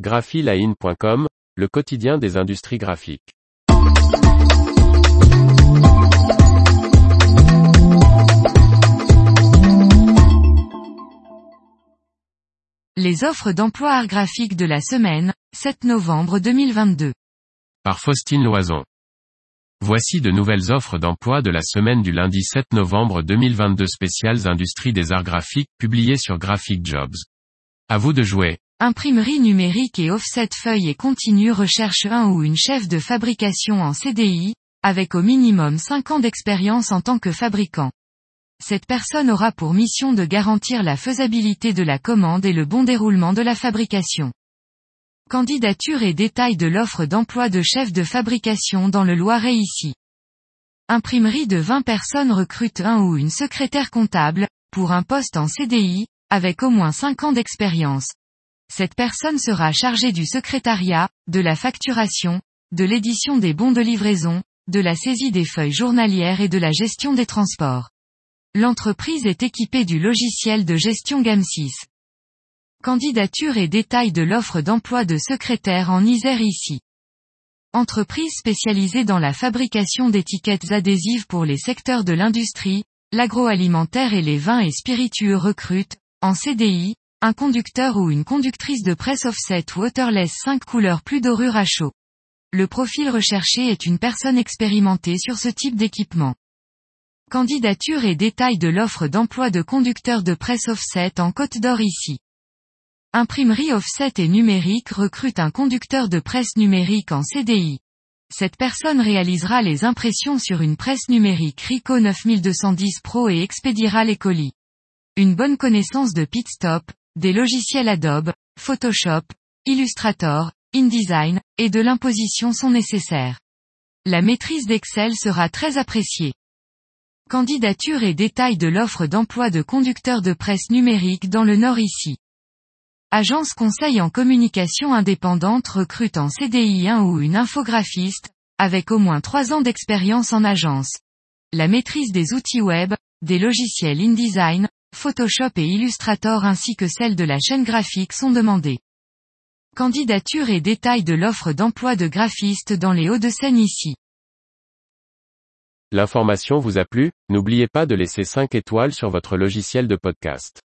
graphiline.com, le quotidien des industries graphiques. Les offres d'emploi art graphique de la semaine, 7 novembre 2022. Par Faustine Loison. Voici de nouvelles offres d'emploi de la semaine du lundi 7 novembre 2022 spéciales industries des arts graphiques publiées sur Graphic Jobs. À vous de jouer. Imprimerie numérique et offset feuille et continu recherche un ou une chef de fabrication en CDI, avec au minimum 5 ans d'expérience en tant que fabricant. Cette personne aura pour mission de garantir la faisabilité de la commande et le bon déroulement de la fabrication. Candidature et détails de l'offre d'emploi de chef de fabrication dans le Loiret ici. Imprimerie de 20 personnes recrute un ou une secrétaire comptable, pour un poste en CDI, avec au moins 5 ans d'expérience. Cette personne sera chargée du secrétariat, de la facturation, de l'édition des bons de livraison, de la saisie des feuilles journalières et de la gestion des transports. L'entreprise est équipée du logiciel de gestion GAM6. Candidature et détails de l'offre d'emploi de secrétaire en Isère ici. Entreprise spécialisée dans la fabrication d'étiquettes adhésives pour les secteurs de l'industrie, l'agroalimentaire et les vins et spiritueux recrute, en CDI, un conducteur ou une conductrice de presse offset waterless 5 couleurs plus dorure à chaud. Le profil recherché est une personne expérimentée sur ce type d'équipement. Candidature et détails de l'offre d'emploi de conducteur de presse offset en Côte d'Or ici. Imprimerie offset et numérique recrute un conducteur de presse numérique en CDI. Cette personne réalisera les impressions sur une presse numérique Ricoh 9210 Pro et expédiera les colis. Une bonne connaissance de Pitstop, des logiciels Adobe, Photoshop, Illustrator, InDesign, et de l'imposition sont nécessaires. La maîtrise d'Excel sera très appréciée. Candidature et détails de l'offre d'emploi de conducteur de presse numérique dans le Nord ici. Agence conseil en communication indépendante recrute en CDI un ou une infographiste, avec au moins 3 ans d'expérience en agence. La maîtrise des outils web, des logiciels InDesign, Photoshop et Illustrator ainsi que celle de la chaîne graphique sont demandées. Candidature et détails de l'offre d'emploi de graphiste dans les Hauts-de-Seine ici. L'information vous a plu? N'oubliez pas de laisser 5 étoiles sur votre logiciel de podcast.